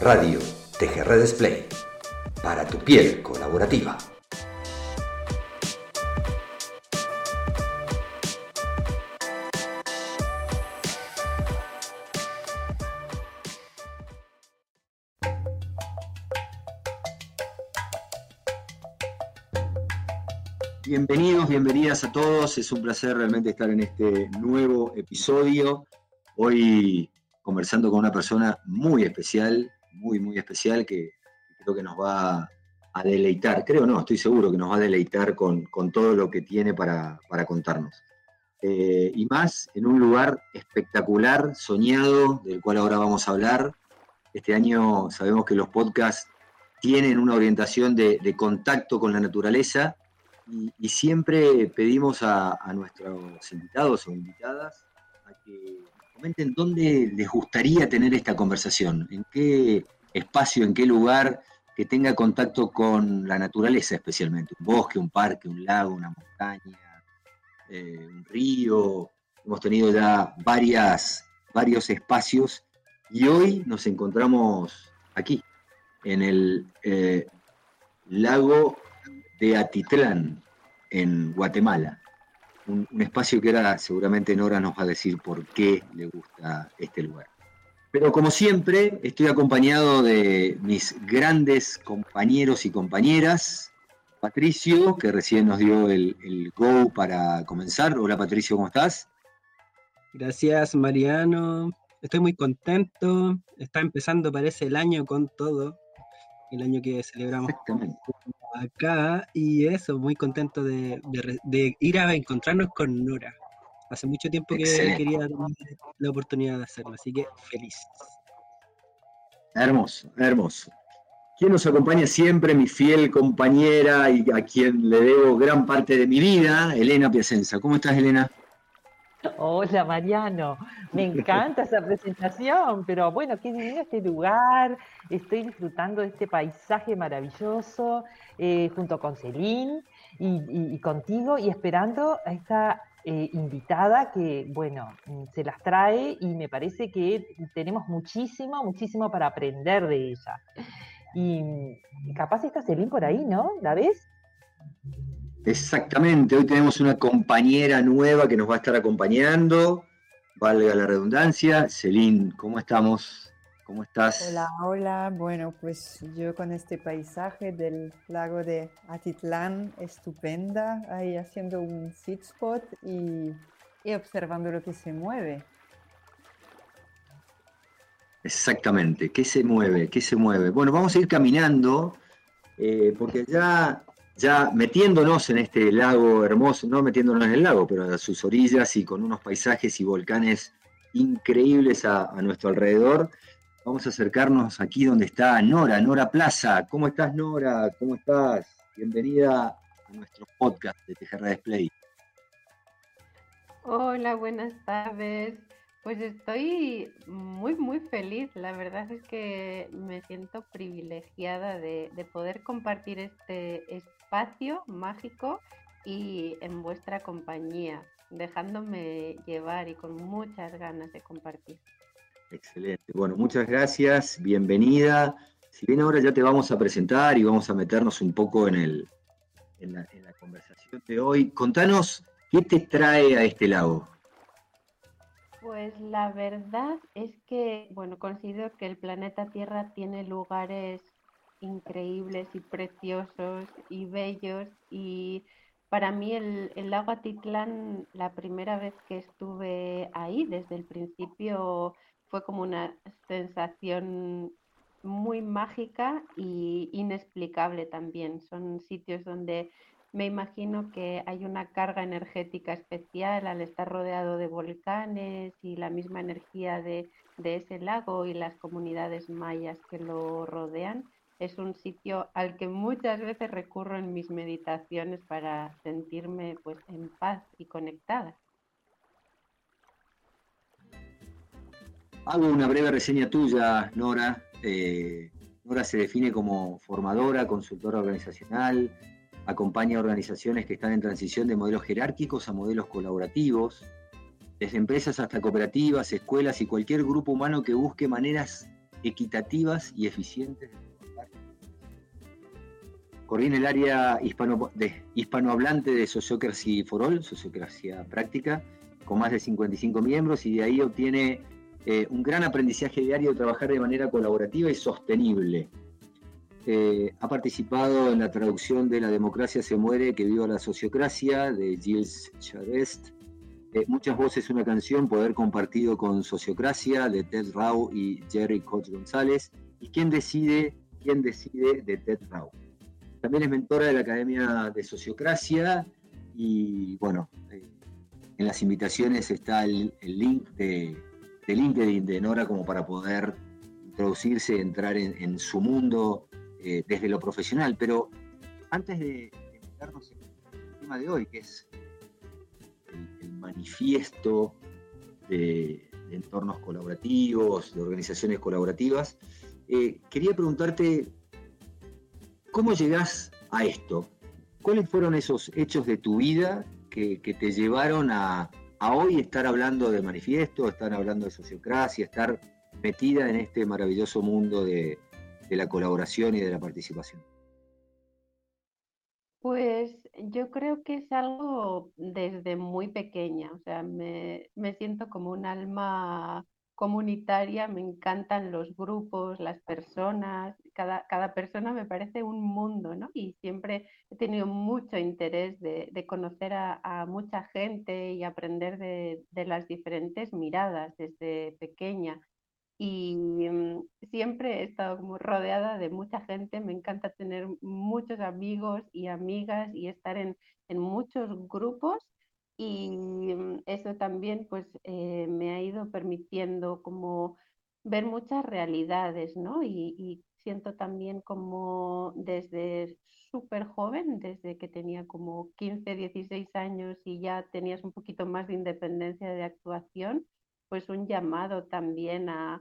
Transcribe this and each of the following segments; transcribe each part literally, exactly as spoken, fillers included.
Radio T G R Display, para tu piel colaborativa. Bienvenidos, bienvenidas a todos. Es un placer realmente estar en este nuevo episodio. Hoy conversando con una persona muy especial, muy, muy especial, que creo que nos va a deleitar. Creo no, estoy seguro que nos va a deleitar con, con todo lo que tiene para, para contarnos. Eh, y más en un lugar espectacular, soñado, del cual ahora vamos a hablar. Este año sabemos que los podcasts tienen una orientación de, de contacto con la naturaleza. Y, y siempre pedimos a, a nuestros invitados o invitadas a que comenten dónde les gustaría tener esta conversación, en qué espacio, en qué lugar que tenga contacto con la naturaleza especialmente, un bosque, un parque, un lago, una montaña, eh, un río. Hemos tenido ya varias, varios espacios y hoy nos encontramos aquí, en el eh, lago de Atitlán, en Guatemala. Un, un espacio que ahora seguramente Nora nos va a decir por qué le gusta este lugar. Pero como siempre, estoy acompañado de mis grandes compañeros y compañeras. Patricio, que recién nos dio el, el go para comenzar. Hola Patricio, ¿cómo estás? Gracias Mariano, estoy muy contento. Está empezando, parece, el año con todo. El año que celebramos acá, y eso, muy contento de, de, de ir a encontrarnos con Nora. Hace mucho tiempo que Excelente. quería tener la oportunidad de hacerlo, así que feliz. Hermoso, hermoso. ¿Quién nos acompaña siempre? Mi fiel compañera y a quien le debo gran parte de mi vida, Elena Piacenza. ¿Cómo estás, Elena? Hola Mariano, me encanta esa presentación, pero bueno, qué divino este lugar, estoy disfrutando de este paisaje maravilloso eh, junto con Celine y, y, y contigo y esperando a esta eh, invitada que, bueno, se las trae y me parece que tenemos muchísimo, muchísimo para aprender de ella. Y, y capaz está Celine por ahí, ¿no? ¿La ves? Exactamente, hoy tenemos una compañera nueva que nos va a estar acompañando, valga la redundancia. Celine, ¿cómo estamos? ¿Cómo estás? Hola, hola. Bueno, pues yo con este paisaje del lago de Atitlán, estupenda, ahí haciendo un sit spot y, y observando lo que se mueve. Exactamente, ¿qué se mueve? ¿Qué se mueve? Bueno, vamos a ir caminando, eh, porque ya... ya metiéndonos en este lago hermoso, no metiéndonos en el lago, pero a sus orillas y con unos paisajes y volcanes increíbles a, a nuestro alrededor, vamos a acercarnos aquí donde está Nora, Nora Plaza. ¿Cómo estás, Nora? ¿Cómo estás? Bienvenida a nuestro podcast de T G R Display. Hola, buenas tardes. Pues estoy muy, muy feliz. La verdad es que me siento privilegiada de, de poder compartir este espacio mágico y en vuestra compañía, dejándome llevar y con muchas ganas de compartir. Excelente. Bueno, muchas gracias. Bienvenida. Si bien ahora ya te vamos a presentar y vamos a meternos un poco en, el, en, la, en la conversación de hoy, contanos qué te trae a este lago. Pues la verdad es que, bueno, considero que el planeta Tierra tiene lugares increíbles y preciosos y bellos, y para mí el, el lago Atitlán, la primera vez que estuve ahí, desde el principio fue como una sensación muy mágica y inexplicable también. Son sitios donde me imagino que hay una carga energética especial al estar rodeado de volcanes y la misma energía de, de ese lago y las comunidades mayas que lo rodean. Es un sitio al que muchas veces recurro en mis meditaciones para sentirme pues en paz y conectada. Hago una breve reseña tuya, Nora. Eh, Nora se define como formadora, consultora organizacional, acompaña a organizaciones que están en transición de modelos jerárquicos a modelos colaborativos, desde empresas hasta cooperativas, escuelas y cualquier grupo humano que busque maneras equitativas y eficientes. Coordina el área hispano, de, hispanohablante de Sociocracy for All, Sociocracia Práctica, con más de cincuenta y cinco miembros, y de ahí obtiene eh, un gran aprendizaje diario de trabajar de manera colaborativa y sostenible. Eh, ha participado en la traducción de La democracia se muere, que viva la sociocracia, de Gilles Charest. Eh, Muchas voces, una canción, Poder compartido con Sociocracia, de Ted Rau y Jerry Koch González. ¿Y quién decide? ¿Quién decide? De Ted Rau. También es mentora de la Academia de Sociocracia y, bueno, eh, en las invitaciones está el, el link de, de LinkedIn de Nora como para poder introducirse, entrar en, en su mundo eh, desde lo profesional. Pero antes de, de meternos en el tema de hoy, que es el, el manifiesto de, de entornos colaborativos, de organizaciones colaborativas, eh, quería preguntarte, ¿cómo llegás a esto? ¿Cuáles fueron esos hechos de tu vida que, que te llevaron a, a hoy estar hablando de manifiesto, estar hablando de sociocracia, estar metida en este maravilloso mundo de, de la colaboración y de la participación? Pues yo creo que es algo desde muy pequeña, o sea, me, me siento como un alma comunitaria, me encantan los grupos, las personas, cada, cada persona me parece un mundo, ¿no? Y siempre he tenido mucho interés de, de conocer a, a mucha gente y aprender de, de las diferentes miradas desde pequeña. Y mm, siempre he estado como rodeada de mucha gente, me encanta tener muchos amigos y amigas y estar en, en muchos grupos, y mm, eso también pues eh, me ha ido permitiendo como ver muchas realidades, ¿no? Y, y siento también como desde súper joven, desde que tenía como quince dieciséis años y ya tenías un poquito más de independencia de actuación, pues un llamado también a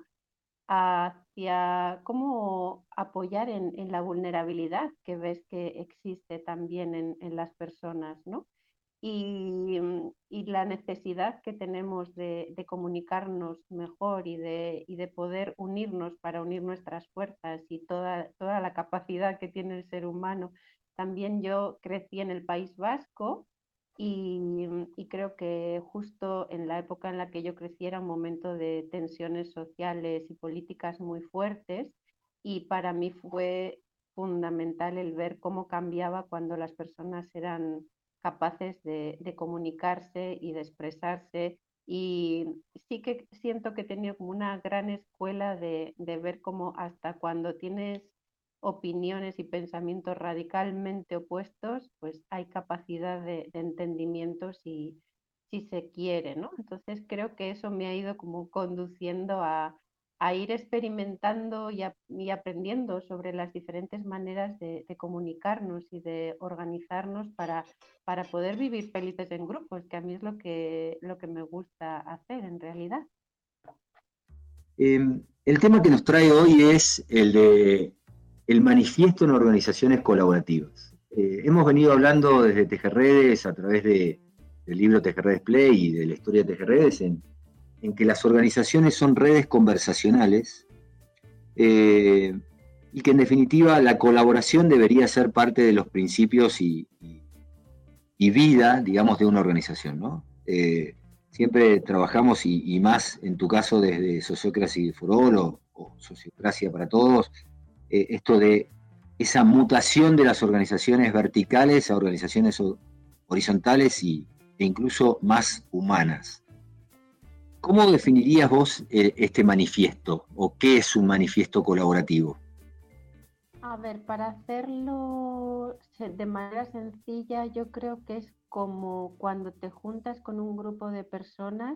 hacia cómo apoyar en, en la vulnerabilidad que ves que existe también en, en las personas, ¿no? Y, y la necesidad que tenemos de, de comunicarnos mejor y de, y de poder unirnos para unir nuestras fuerzas y toda, toda la capacidad que tiene el ser humano. También yo crecí en el País Vasco y, y creo que justo en la época en la que yo crecí era un momento de tensiones sociales y políticas muy fuertes, y para mí fue fundamental el ver cómo cambiaba cuando las personas eran capaces de, de comunicarse y de expresarse. Y sí que siento que he tenido como una gran escuela de, de ver cómo hasta cuando tienes opiniones y pensamientos radicalmente opuestos, pues hay capacidad de, de entendimiento si, si se quiere, ¿no? Entonces creo que eso me ha ido como conduciendo a, a ir experimentando y, a, y, aprendiendo sobre las diferentes maneras de, de comunicarnos y de organizarnos para, para poder vivir felices en grupos, que a mí es lo que, lo que me gusta hacer en realidad. Eh, el tema que nos trae hoy es el de el manifiesto en organizaciones colaborativas. Eh, hemos venido hablando desde Tejerredes, a través de, del libro Tejerredes Play y de la historia de Tejerredes, en, en que las organizaciones son redes conversacionales eh, y que en definitiva la colaboración debería ser parte de los principios y, y, y vida, digamos, de una organización, ¿no? Eh, siempre trabajamos, y, y más en tu caso desde Sociocracy for All o, o Sociocracia para Todos, eh, esto de esa mutación de las organizaciones verticales a organizaciones horizontales y, e incluso más humanas. ¿Cómo definirías vos eh, este manifiesto o qué es un manifiesto colaborativo? A ver, para hacerlo de manera sencilla, yo creo que es como cuando te juntas con un grupo de personas,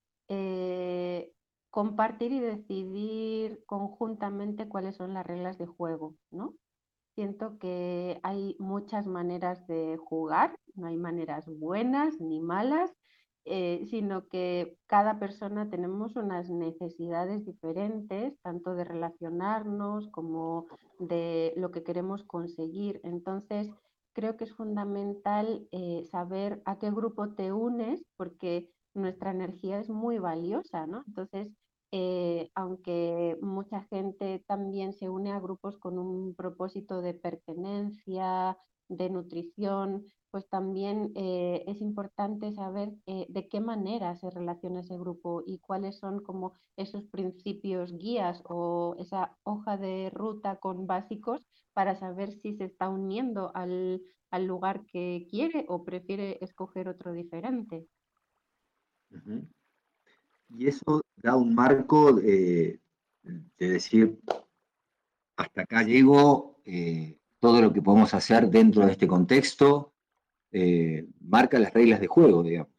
eh, compartir y decidir conjuntamente cuáles son las reglas de juego, ¿no? Siento que hay muchas maneras de jugar, no hay maneras buenas ni malas, eh, sino que cada persona tenemos unas necesidades diferentes, tanto de relacionarnos como de lo que queremos conseguir. Entonces, creo que es fundamental eh, saber a qué grupo te unes, porque nuestra energía es muy valiosa, ¿no? Entonces, eh, aunque mucha gente también se une a grupos con un propósito de pertenencia, de nutrición, pues también eh, es importante saber eh, de qué manera se relaciona ese grupo y cuáles son como esos principios guías o esa hoja de ruta con básicos para saber si se está uniendo al, al lugar que quiere o prefiere escoger otro diferente. Uh-huh. Y eso da un marco de, de decir, hasta acá llego, eh, todo lo que podemos hacer dentro de este contexto, eh, marca las reglas de juego, digamos.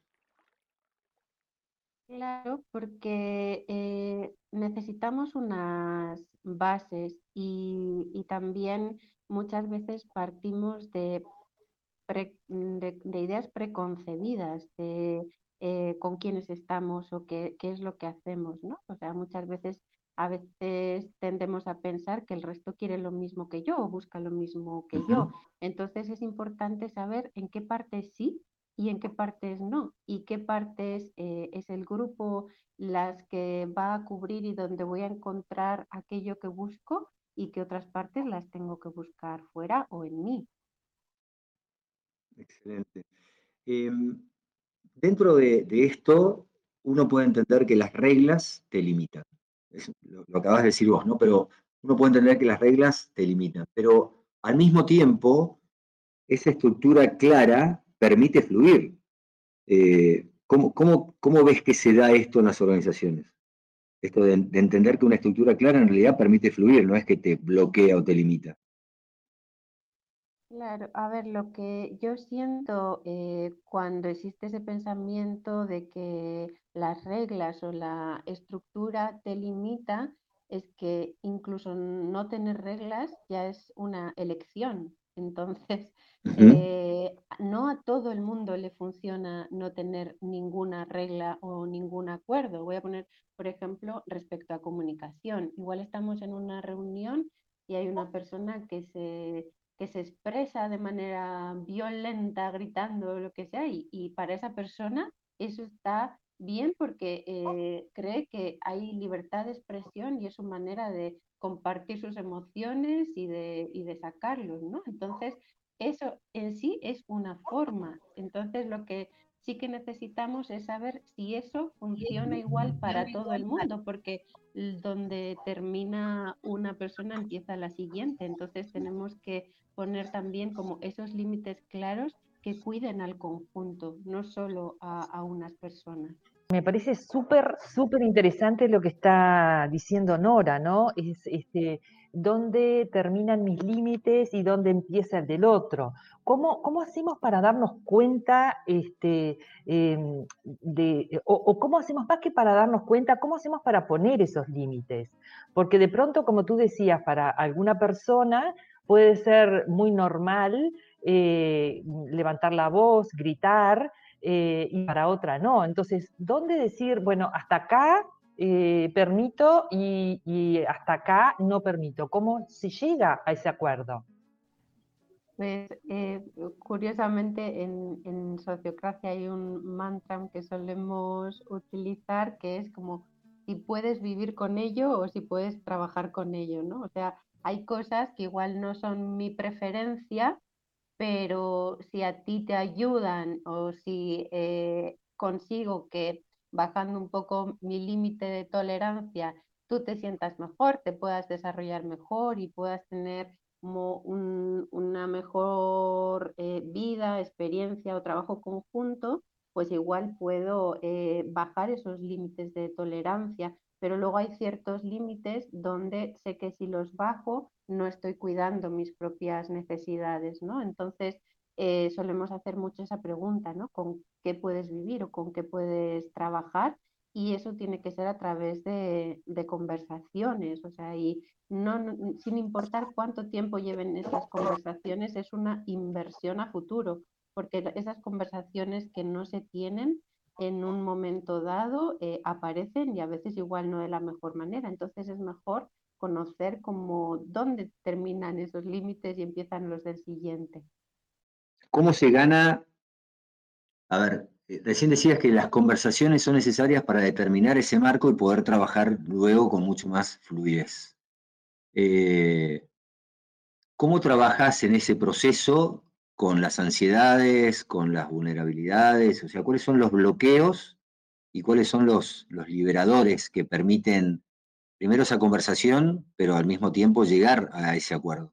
Claro, porque eh, necesitamos unas bases y, y también muchas veces partimos de, pre- de, de ideas preconcebidas de eh, con quiénes estamos o qué, qué es lo que hacemos, ¿no? O sea, muchas veces, a veces tendemos a pensar que el resto quiere lo mismo que yo o busca lo mismo que yo. Uh-huh. Entonces es importante saber en qué parte sí y en qué partes no, y qué partes eh, es el grupo las que va a cubrir y donde voy a encontrar aquello que busco y qué otras partes las tengo que buscar fuera o en mí. Excelente. Eh, dentro de, de esto, uno puede entender que las reglas te limitan. Es lo, lo acabas de decir vos, ¿no? Pero uno puede entender que las reglas te limitan. Pero al mismo tiempo, esa estructura clara permite fluir. Eh, ¿cómo, cómo, ¿Cómo ves que se da esto en las organizaciones? Esto de, de entender que una estructura clara en realidad permite fluir, no es que te bloquea o te limita. Claro, a ver, lo que yo siento eh, cuando existe ese pensamiento de que las reglas o la estructura te limita, es que incluso no tener reglas ya es una elección. Entonces, Uh-huh. eh, no a todo el mundo le funciona no tener ninguna regla o ningún acuerdo. Voy a poner, por ejemplo, respecto a comunicación. Igual estamos en una reunión y hay una persona que se que se expresa de manera violenta, gritando, lo que sea, y, y para esa persona eso está bien porque eh, cree que hay libertad de expresión y es su manera de compartir sus emociones y de, y de sacarlos, ¿no? Entonces, eso en sí es una forma. Entonces, lo que sí que necesitamos es saber si eso funciona igual para todo el mundo, porque donde termina una persona empieza la siguiente. Entonces, tenemos que poner también como esos límites claros que cuiden al conjunto, no solo a, a unas personas. Me parece súper, súper interesante lo que está diciendo Nora, ¿no? Es este, dónde terminan mis límites y dónde empieza el del otro. ¿Cómo, cómo hacemos para darnos cuenta, este, eh, de, o, o cómo hacemos más que para darnos cuenta, cómo hacemos para poner esos límites? Porque de pronto, como tú decías, para alguna persona puede ser muy normal eh, levantar la voz, gritar, Eh, y para otra no. Entonces, ¿dónde decir, bueno, hasta acá eh, permito y, y hasta acá no permito? ¿Cómo se llega a ese acuerdo? Pues eh, curiosamente en, en Sociocracia hay un mantra que solemos utilizar que es como si puedes vivir con ello o si puedes trabajar con ello, ¿no? O sea, hay cosas que igual no son mi preferencia, pero si a ti te ayudan o si eh, consigo que bajando un poco mi límite de tolerancia, tú te sientas mejor, te puedas desarrollar mejor y puedas tener como un, una mejor eh, vida, experiencia o trabajo conjunto, pues igual puedo eh, bajar esos límites de tolerancia, pero luego hay ciertos límites donde sé que si los bajo no estoy cuidando mis propias necesidades, ¿no? Entonces eh, solemos hacer mucho esa pregunta, ¿no? ¿Con qué puedes vivir o con qué puedes trabajar? Y eso tiene que ser a través de, de conversaciones, o sea, y no, no, sin importar cuánto tiempo lleven esas conversaciones, es una inversión a futuro, porque esas conversaciones que no se tienen en un momento dado eh, aparecen y a veces igual no de la mejor manera. Entonces es mejor conocer como dónde terminan esos límites y empiezan los del siguiente. ¿Cómo se gana? A ver, eh, recién decías que las conversaciones son necesarias para determinar ese marco y poder trabajar luego con mucho más fluidez. Eh, ¿Cómo trabajás en ese proceso con las ansiedades, con las vulnerabilidades? O sea, ¿cuáles son los bloqueos y cuáles son los, los liberadores que permiten primero esa conversación, pero al mismo tiempo llegar a ese acuerdo?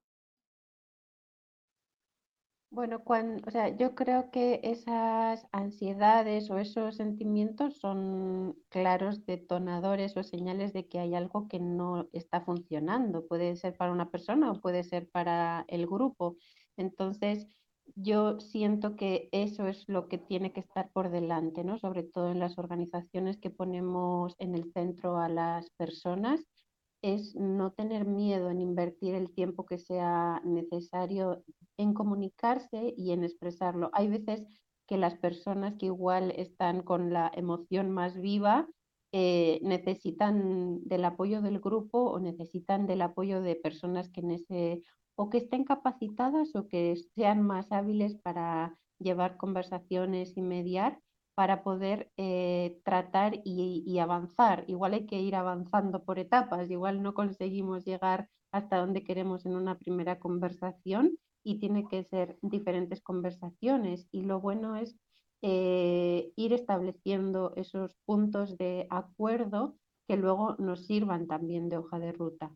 Bueno, cuan- o sea, yo creo que esas ansiedades o esos sentimientos son claros detonadores o señales de que hay algo que no está funcionando. Puede ser para una persona o puede ser para el grupo. Entonces, yo siento que eso es lo que tiene que estar por delante, ¿no? Sobre todo en las organizaciones que ponemos en el centro a las personas, es no tener miedo en invertir el tiempo que sea necesario en comunicarse y en expresarlo. Hay veces que las personas que igual están con la emoción más viva eh, necesitan del apoyo del grupo o necesitan del apoyo de personas que en ese o que estén capacitadas o que sean más hábiles para llevar conversaciones y mediar para poder eh, tratar y, y avanzar. Igual hay que ir avanzando por etapas, igual no conseguimos llegar hasta donde queremos en una primera conversación y tiene que ser diferentes conversaciones. Y lo bueno es eh, ir estableciendo esos puntos de acuerdo que luego nos sirvan también de hoja de ruta.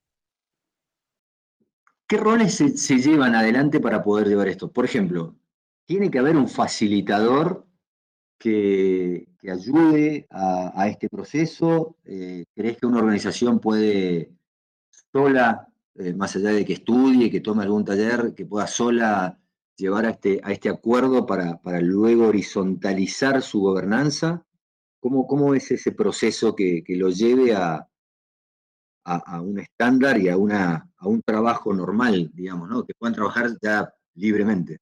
¿Qué roles se, se llevan adelante para poder llevar esto? Por ejemplo, tiene que haber un facilitador que, que ayude a, a este proceso. Eh, ¿crees que una organización puede sola, eh, más allá de que estudie, que tome algún taller, que pueda sola llevar a este, a este acuerdo para, para luego horizontalizar su gobernanza? ¿Cómo, cómo es ese proceso que, que lo lleve a, a, a un estándar y a, una, a un trabajo normal, digamos, ¿no? Que puedan trabajar ya libremente?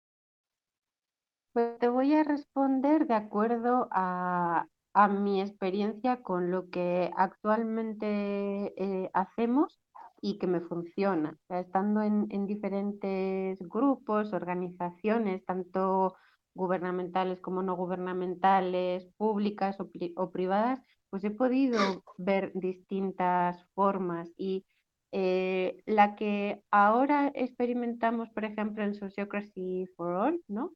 Pues te voy a responder de acuerdo a, a mi experiencia con lo que actualmente eh, hacemos y que me funciona. O sea, estando en, en diferentes grupos, organizaciones, tanto gubernamentales como no gubernamentales, públicas o, pri- o privadas, pues he podido ver distintas formas y eh, la que ahora experimentamos, por ejemplo, en Sociocracy for All, ¿no?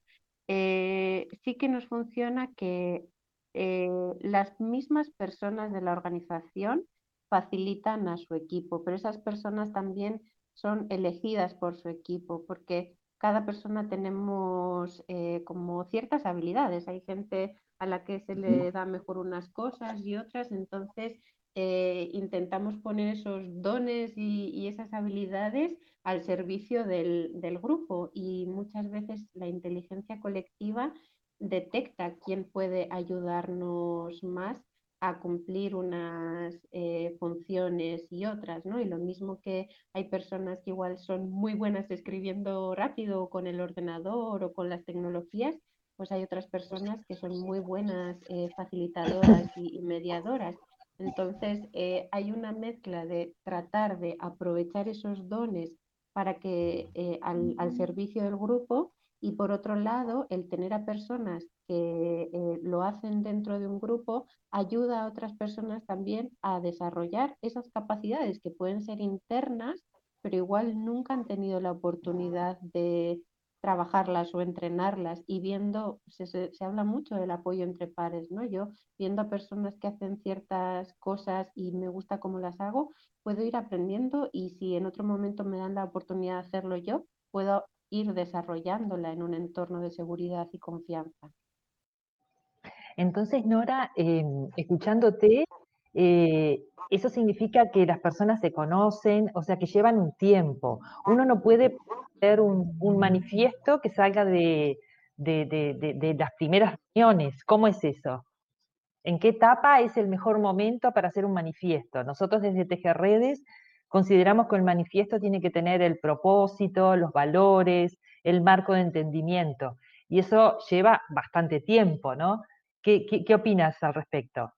Eh, sí que nos funciona que eh, las mismas personas de la organización facilitan a su equipo, pero esas personas también son elegidas por su equipo, porque cada persona tenemos eh, como ciertas habilidades. Hay gente a la que se le da mejor unas cosas y otras, entonces eh, intentamos poner esos dones y, y esas habilidades al servicio del, del grupo y muchas veces la inteligencia colectiva detecta quién puede ayudarnos más a cumplir unas eh, funciones y otras, ¿no? Y lo mismo que hay personas que igual son muy buenas escribiendo rápido con el ordenador o con las tecnologías, pues hay otras personas que son muy buenas eh, facilitadoras y, y mediadoras. Entonces, eh, hay una mezcla de tratar de aprovechar esos dones para que eh, al, al, servicio del grupo y por otro lado el tener a personas que eh, lo hacen dentro de un grupo ayuda a otras personas también a desarrollar esas capacidades que pueden ser internas pero igual nunca han tenido la oportunidad de trabajarlas o entrenarlas y viendo, se, se, se habla mucho del apoyo entre pares, ¿no? Yo viendo a personas que hacen ciertas cosas y me gusta cómo las hago, puedo ir aprendiendo y si en otro momento me dan la oportunidad de hacerlo yo, puedo ir desarrollándola en un entorno de seguridad y confianza. Entonces, Nora, eh, escuchándote, eh, eso significa que las personas se conocen, o sea, que llevan un tiempo. Uno no puede hacer un, un manifiesto que salga de, de, de, de, de las primeras reuniones. ¿Cómo es eso? ¿En qué etapa es el mejor momento para hacer un manifiesto? Nosotros desde Tejer Redes consideramos que el manifiesto tiene que tener el propósito, los valores, el marco de entendimiento. Y eso lleva bastante tiempo, ¿no? ¿Qué, qué, qué opinas al respecto?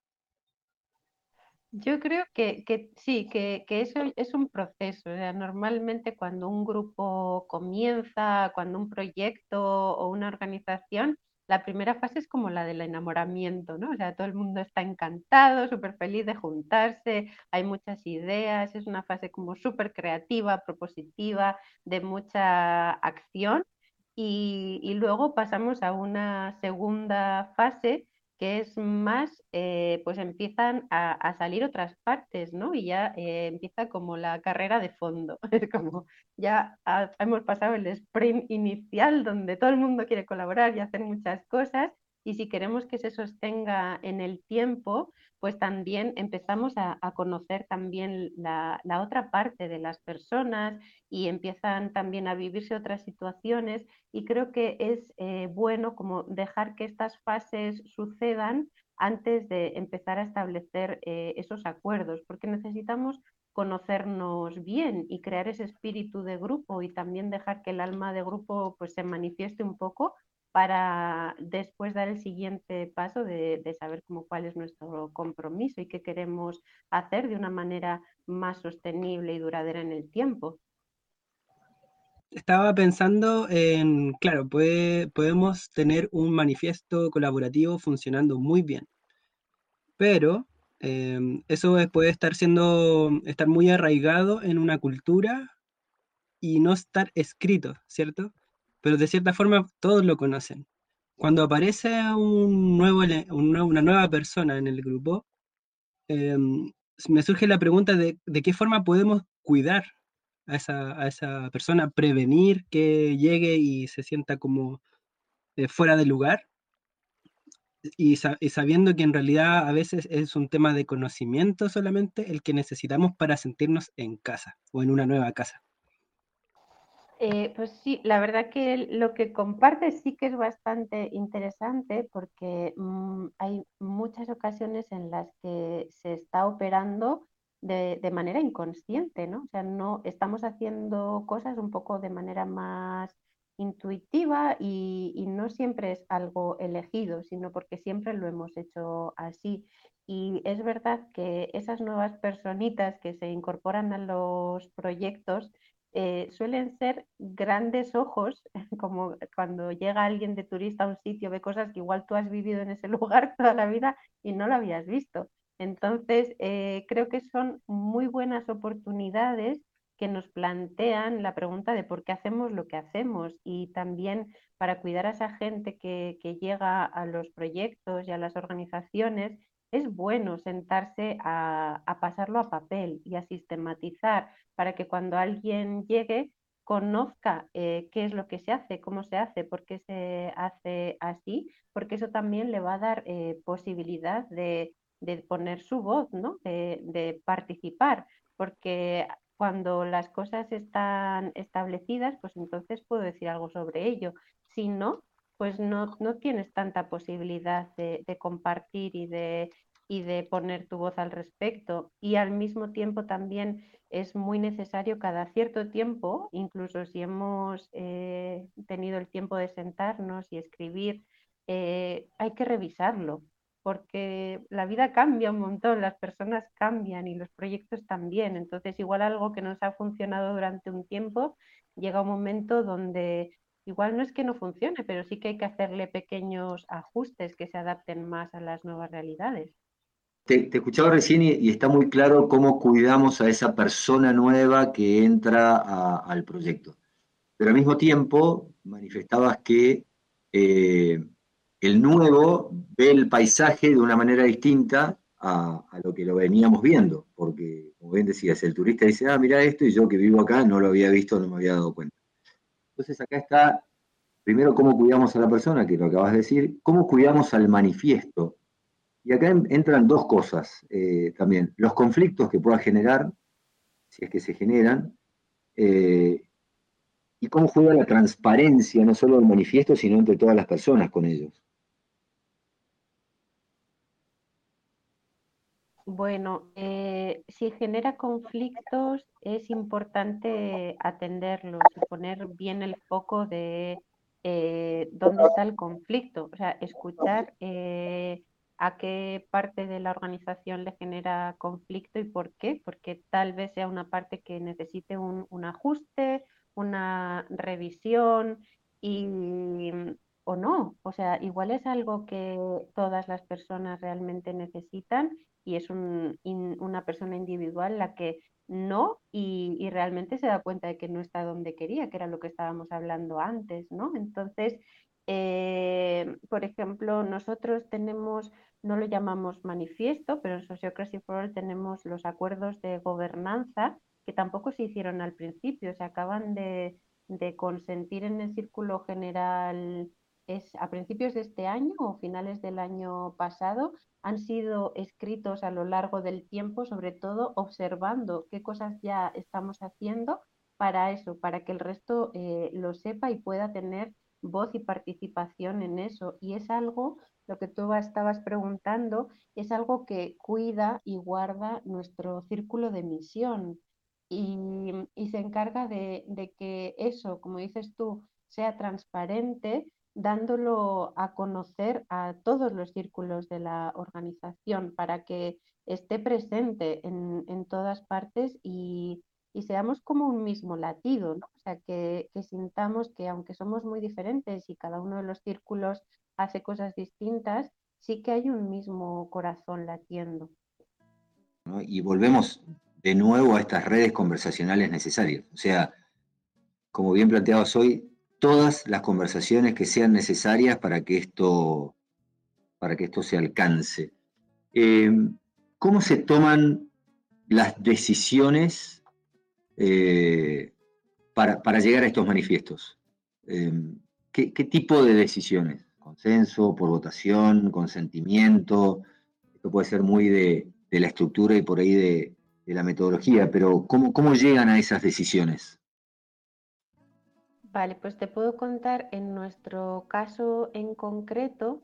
Yo creo que, que sí, que, que eso es un proceso. O sea, normalmente cuando un grupo comienza, cuando un proyecto o una organización la primera fase es como la del enamoramiento, ¿no? O sea, todo el mundo está encantado, súper feliz de juntarse, hay muchas ideas, es una fase como súper creativa, propositiva, de mucha acción. Y, y luego pasamos a una segunda fase que es más, eh, pues empiezan a, a salir otras partes, ¿no? Y ya eh, empieza como la carrera de fondo, es como ya ha- hemos pasado el sprint inicial donde todo el mundo quiere colaborar y hacer muchas cosas, y si queremos que se sostenga en el tiempo, pues también empezamos a, a conocer también la, la otra parte de las personas y empiezan también a vivirse otras situaciones, y creo que es eh, bueno como dejar que estas fases sucedan antes de empezar a establecer eh, esos acuerdos, porque necesitamos conocernos bien y crear ese espíritu de grupo y también dejar que el alma de grupo pues se manifieste un poco para después dar el siguiente paso de, de saber cómo cuál es nuestro compromiso y qué queremos hacer de una manera más sostenible y duradera en el tiempo. Estaba pensando en, claro, puede, podemos tener un manifiesto colaborativo funcionando muy bien, pero eh, eso es- puede estar siendo, estar muy arraigado en una cultura y no estar escrito, ¿cierto? Pero de cierta forma todos lo conocen. Cuando aparece un nuevo, ele- un nue- una nueva persona en el grupo, eh, me surge la pregunta de, de qué forma podemos cuidar a esa, a esa persona, prevenir que llegue y se sienta como eh, fuera de lugar, y, sa- y sabiendo que en realidad a veces es un tema de conocimiento solamente el que necesitamos para sentirnos en casa o en una nueva casa. Eh, pues sí, la verdad que lo que comparte sí que es bastante interesante porque mm, hay muchas ocasiones en las que se está operando de, de manera inconsciente, ¿no? O sea, no estamos haciendo cosas un poco de manera más intuitiva y, y no siempre es algo elegido, sino porque siempre lo hemos hecho así. Y es verdad que esas nuevas personitas que se incorporan a los proyectos eh, suelen ser grandes ojos, como cuando llega alguien de turista a un sitio, ve cosas que igual tú has vivido en ese lugar toda la vida y no lo habías visto. Entonces, eh, creo que son muy buenas oportunidades que nos plantean la pregunta de por qué hacemos lo que hacemos, y también para cuidar a esa gente que, que llega a los proyectos y a las organizaciones. Es bueno sentarse a, a pasarlo a papel y a sistematizar para que cuando alguien llegue conozca eh, qué es lo que se hace, cómo se hace, por qué se hace así, porque eso también le va a dar eh, posibilidad de, de, poner su voz, ¿no? de, de participar, porque cuando las cosas están establecidas, pues entonces puedo decir algo sobre ello. Si no, pues no, no tienes tanta posibilidad de, de compartir y de, y de poner tu voz al respecto. Y al mismo tiempo también es muy necesario cada cierto tiempo, incluso si hemos eh, tenido el tiempo de sentarnos y escribir, eh, hay que revisarlo, porque la vida cambia un montón, las personas cambian y los proyectos también. Entonces, igual algo que nos ha funcionado durante un tiempo, llega un momento donde igual no es que no funcione, pero sí que hay que hacerle pequeños ajustes que se adapten más a las nuevas realidades. Te, te escuchaba recién y, y está muy claro cómo cuidamos a esa persona nueva que entra a- al proyecto. Pero al mismo tiempo manifestabas que eh, el nuevo ve el paisaje de una manera distinta a, a lo que lo veníamos viendo, porque, como bien decías, el turista dice, ah, mira esto, y yo que vivo acá no lo había visto, no me había dado cuenta. Entonces acá está, primero, cómo cuidamos a la persona, que lo acabas de decir, cómo cuidamos al manifiesto. Y acá entran dos cosas eh, también, los conflictos que pueda generar, si es que se generan, eh, y cómo juega la transparencia, no solo del manifiesto, sino entre todas las personas con ellos. Bueno, eh, si genera conflictos, es importante atenderlos y poner bien el foco de eh, dónde está el conflicto. O sea, escuchar eh, a qué parte de la organización le genera conflicto y por qué, porque tal vez sea una parte que necesite un, un ajuste, una revisión y o no. O sea, igual es algo que todas las personas realmente necesitan y es un, in, una persona individual la que no y, y realmente se da cuenta de que no está donde quería, que era lo que estábamos hablando antes, ¿no? Entonces, eh, por ejemplo, nosotros tenemos, no lo llamamos manifiesto, pero en Sociocracy for All tenemos los acuerdos de gobernanza que tampoco se hicieron al principio, se acaban de, de consentir en el Círculo General es a principios de este año o finales del año pasado, han sido escritos a lo largo del tiempo, sobre todo observando qué cosas ya estamos haciendo para eso, para que el resto eh, lo sepa y pueda tener voz y participación en eso. Y es algo, lo que tú estabas preguntando, es algo que cuida y guarda nuestro círculo de misión. Y, y se encarga de, de que eso, como dices tú, sea transparente, dándolo a conocer a todos los círculos de la organización para que esté presente en, en todas partes y, y, seamos como un mismo latido, ¿no? O sea, que, que sintamos que aunque somos muy diferentes y cada uno de los círculos hace cosas distintas, sí que hay un mismo corazón latiendo. ¿No? Y volvemos de nuevo a estas redes conversacionales necesarias. O sea, como bien planteabas hoy, todas las conversaciones que sean necesarias para que esto, para que esto se alcance. Eh, ¿Cómo se toman las decisiones eh, para, para llegar a estos manifiestos? Eh, ¿qué, ¿Qué tipo de decisiones? ¿Consenso, por votación, consentimiento? Esto puede ser muy de, de la estructura y por ahí de, de la metodología, pero ¿cómo, cómo llegan a esas decisiones? Vale, pues te puedo contar en nuestro caso en concreto,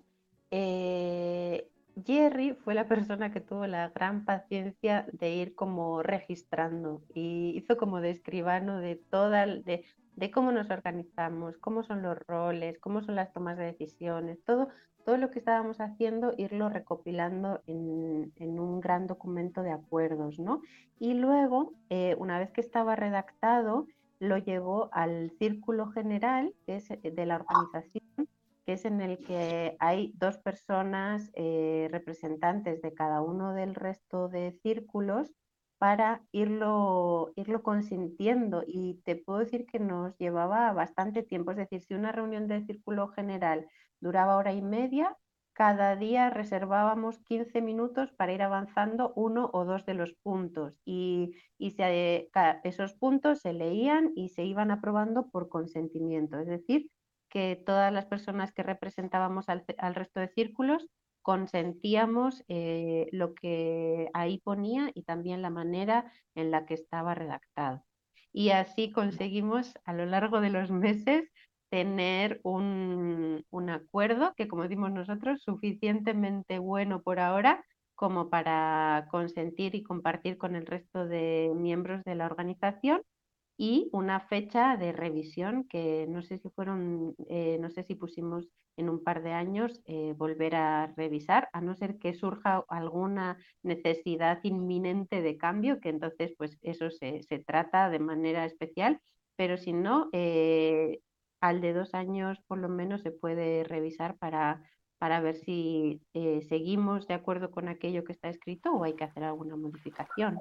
eh, Jerry fue la persona que tuvo la gran paciencia de ir como registrando y hizo como de escribano de toda, de, de cómo nos organizamos, cómo son los roles, cómo son las tomas de decisiones, todo, todo lo que estábamos haciendo, irlo recopilando en, en un gran documento de acuerdos, ¿no? Y luego, eh, una vez que estaba redactado, lo llevó al círculo general, que es de la organización, que es en el que hay dos personas eh, representantes de cada uno del resto de círculos para irlo, irlo consintiendo. Y te puedo decir que nos llevaba bastante tiempo. Es decir, si una reunión del círculo general duraba hora y media, cada día reservábamos quince minutos para ir avanzando uno o dos de los puntos y, y se, esos puntos se leían y se iban aprobando por consentimiento. Es decir, que todas las personas que representábamos al, al resto de círculos consentíamos eh, lo que ahí ponía y también la manera en la que estaba redactado. Y así conseguimos a lo largo de los meses tener un, un acuerdo que, como decimos nosotros, suficientemente bueno por ahora como para consentir y compartir con el resto de miembros de la organización y una fecha de revisión que no sé si fueron, eh, no sé si pusimos en un par de años eh, volver a revisar, a no ser que surja alguna necesidad inminente de cambio, que entonces pues eso se, se trata de manera especial, pero si no, eh, al de dos años por lo menos se puede revisar para, para ver si eh, seguimos de acuerdo con aquello que está escrito o hay que hacer alguna modificación.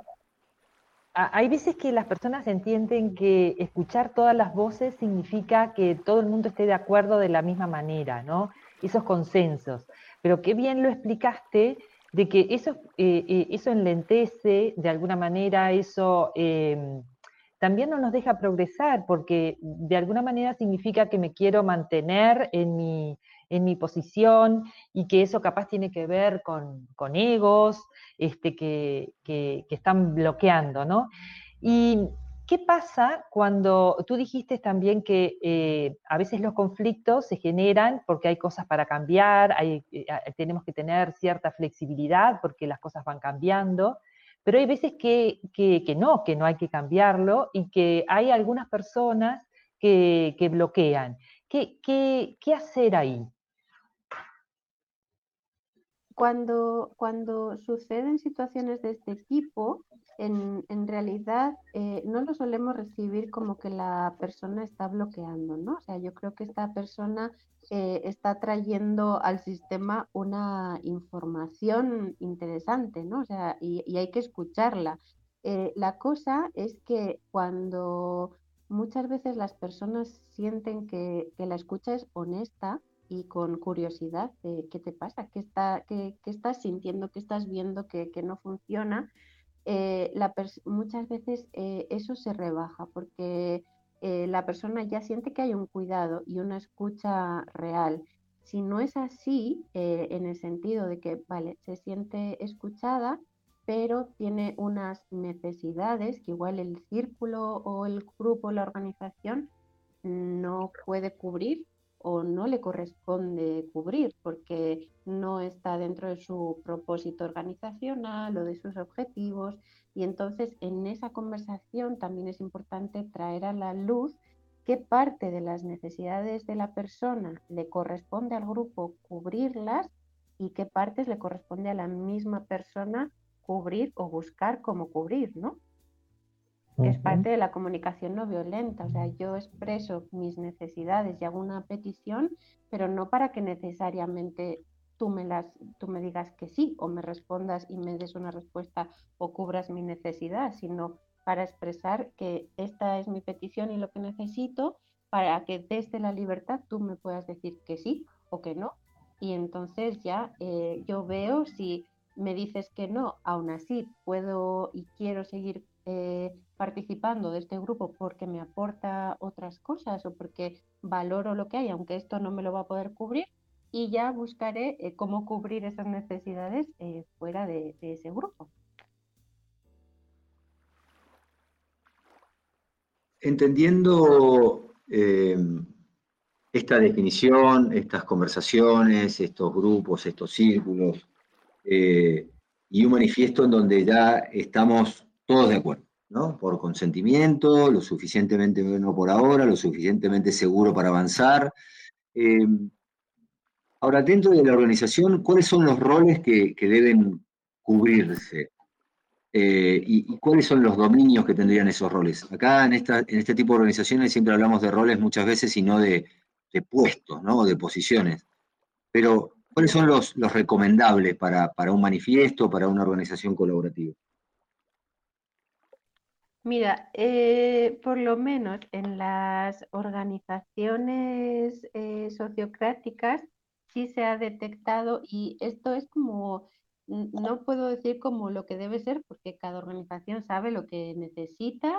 Hay veces que las personas entienden que escuchar todas las voces significa que todo el mundo esté de acuerdo de la misma manera, ¿no? Esos consensos. Pero qué bien lo explicaste de que eso, eh, eh, eso enlentece, de alguna manera, eso eh, también no nos deja progresar, porque de alguna manera significa que me quiero mantener en mi, en mi posición y que eso capaz tiene que ver con, con egos este, que, que, que están bloqueando, ¿no? ¿Y qué pasa cuando tú dijiste también que eh, a veces los conflictos se generan porque hay cosas para cambiar, hay, eh, tenemos que tener cierta flexibilidad porque las cosas van cambiando, pero hay veces que, que, que no, que no hay que cambiarlo y que hay algunas personas que, que bloquean. ¿Qué, qué, ¿Qué hacer ahí? cuando, cuando suceden situaciones de este tipo, en, en realidad eh, no lo solemos recibir como que la persona está bloqueando, ¿no? O sea, yo creo que esta persona eh, está trayendo al sistema una información interesante, ¿no? O sea, y, y hay que escucharla. Eh, la cosa es que cuando muchas veces las personas sienten que, que la escucha es honesta y con curiosidad de qué te pasa, qué, está, qué, qué estás sintiendo, qué estás viendo que, que no funciona, eh, la muchas veces eh, eso se rebaja porque eh, la persona ya siente que hay un cuidado y una escucha real. Si no es así, eh, en el sentido de que, vale, se siente escuchada, pero tiene unas necesidades que igual el círculo o el grupo, la organización, no puede cubrir o no le corresponde cubrir porque no está dentro de su propósito organizacional o de sus objetivos, y entonces en esa conversación también es importante traer a la luz qué parte de las necesidades de la persona le corresponde al grupo cubrirlas y qué partes le corresponde a la misma persona cubrir o buscar cómo cubrir, ¿no? Que es parte de la comunicación no violenta. O sea, yo expreso mis necesidades y hago una petición, pero no para que necesariamente tú me, las, tú me digas que sí o me respondas y me des una respuesta o cubras mi necesidad, sino para expresar que esta es mi petición y lo que necesito, para que desde la libertad tú me puedas decir que sí o que no. Y entonces ya eh, yo veo si me dices que no, aún así puedo y quiero seguir eh, participando de este grupo porque me aporta otras cosas o porque valoro lo que hay, aunque esto no me lo va a poder cubrir, y ya buscaré eh, cómo cubrir esas necesidades eh, fuera de, de ese grupo. Entendiendo eh, esta definición, estas conversaciones, estos grupos, estos círculos, eh, y un manifiesto en donde ya estamos todos de acuerdo, ¿no? Por consentimiento, lo suficientemente bueno por ahora, lo suficientemente seguro para avanzar. Eh, ahora, dentro de la organización, ¿cuáles son los roles que, que deben cubrirse? Eh, y, y cuáles son los dominios que tendrían esos roles? Acá en, esta, en este tipo de organizaciones siempre hablamos de roles muchas veces y no de, de puestos, ¿no? De posiciones. Pero, ¿cuáles son los, los recomendables para, para un manifiesto, para una organización colaborativa? Mira, eh, por lo menos en las organizaciones eh, sociocráticas sí se ha detectado, y esto es como, no puedo decir como lo que debe ser, porque cada organización sabe lo que necesita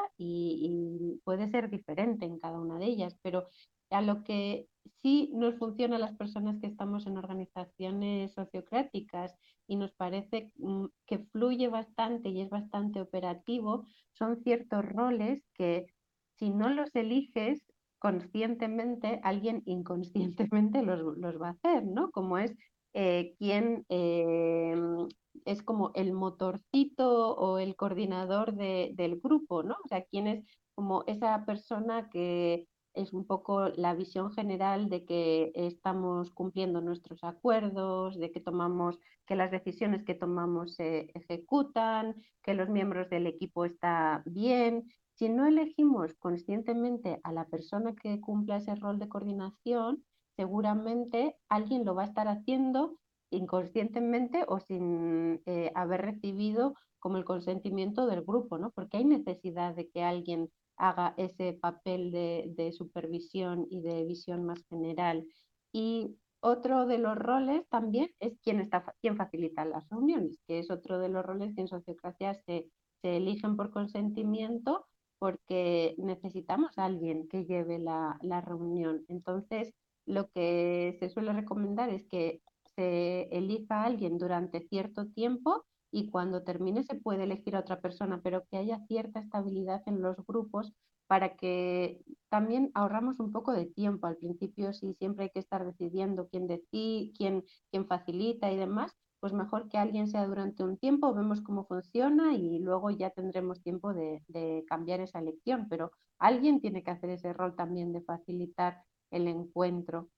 y, y puede ser diferente en cada una de ellas, pero a lo que sí nos funciona a las personas que estamos en organizaciones sociocráticas y nos parece mm, que fluye bastante y es bastante operativo, son ciertos roles que si no los eliges conscientemente, alguien inconscientemente los, los va a hacer, ¿no? Como es eh, quien eh, es como el motorcito o el coordinador de, del grupo, ¿no? O sea, quién es como esa persona que es un poco la visión general de que estamos cumpliendo nuestros acuerdos, de que tomamos, que las decisiones que tomamos se ejecutan, que los miembros del equipo están bien. Si no elegimos conscientemente a la persona que cumpla ese rol de coordinación, seguramente alguien lo va a estar haciendo inconscientemente o sin eh, haber recibido como el consentimiento del grupo, ¿no? Porque hay necesidad de que alguien haga ese papel de, de supervisión y de visión más general. Y otro de los roles también es quién, está, quién facilita las reuniones, que es otro de los roles que en sociocracia se, se eligen por consentimiento porque necesitamos a alguien que lleve la, la reunión. Entonces, lo que se suele recomendar es que se elija a alguien durante cierto tiempo y cuando termine se puede elegir a otra persona, pero que haya cierta estabilidad en los grupos para que también ahorramos un poco de tiempo. Al principio, si siempre hay que estar decidiendo quién decide, quién, quién facilita y demás, pues mejor que alguien sea durante un tiempo, vemos cómo funciona y luego ya tendremos tiempo de, de cambiar esa elección, pero alguien tiene que hacer ese rol también de facilitar el encuentro.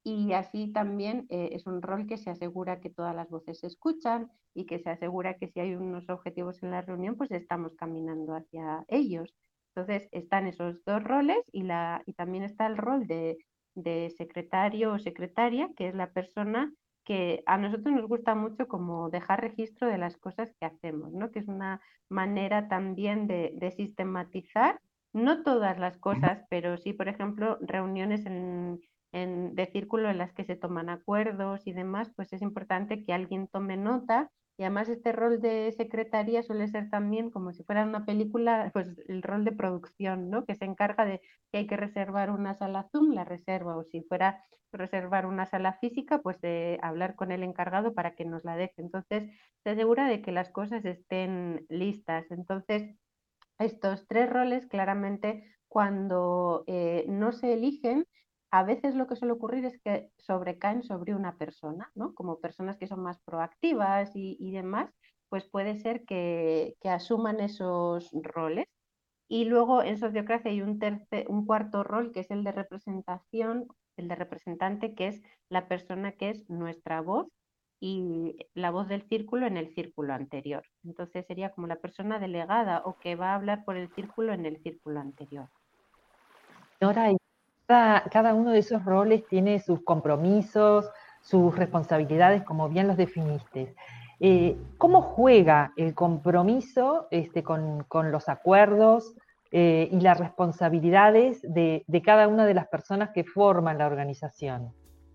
y así también eh, es un rol que se asegura que todas las voces se escuchan y que se asegura que si hay unos objetivos en la reunión, pues estamos caminando hacia ellos. Entonces están esos dos roles y, la, y también está el rol de, de secretario o secretaria, que es la persona que a nosotros nos gusta mucho como dejar registro de las cosas que hacemos, ¿no? Que es una manera también de, de sistematizar, no todas las cosas, pero sí, por ejemplo, reuniones en, en, de círculo en las que se toman acuerdos y demás, pues es importante que alguien tome nota. Y además este rol de secretaría suele ser también, como si fuera una película, pues el rol de producción, ¿no? Que se encarga de que hay que reservar una sala Zoom, la reserva, o si fuera reservar una sala física, pues de hablar con el encargado para que nos la deje. Entonces, se asegura de que las cosas estén listas. Entonces, estos tres roles claramente cuando eh, no se eligen, a veces lo que suele ocurrir es que sobrecaen sobre una persona, ¿no? Como personas que son más proactivas y, y demás, pues puede ser que, que, asuman esos roles. Y luego en sociocracia hay un, tercer, un cuarto rol que es el de representación, el de representante, que es la persona que es nuestra voz y la voz del círculo en el círculo anterior. Entonces sería como la persona delegada o que va a hablar por el círculo en el círculo anterior. Nora, cada, cada uno de esos roles tiene sus compromisos, sus responsabilidades, como bien los definiste. Eh, ¿Cómo juega el compromiso este, con, con los acuerdos eh, y las responsabilidades de, de cada una de las personas que forman la organización?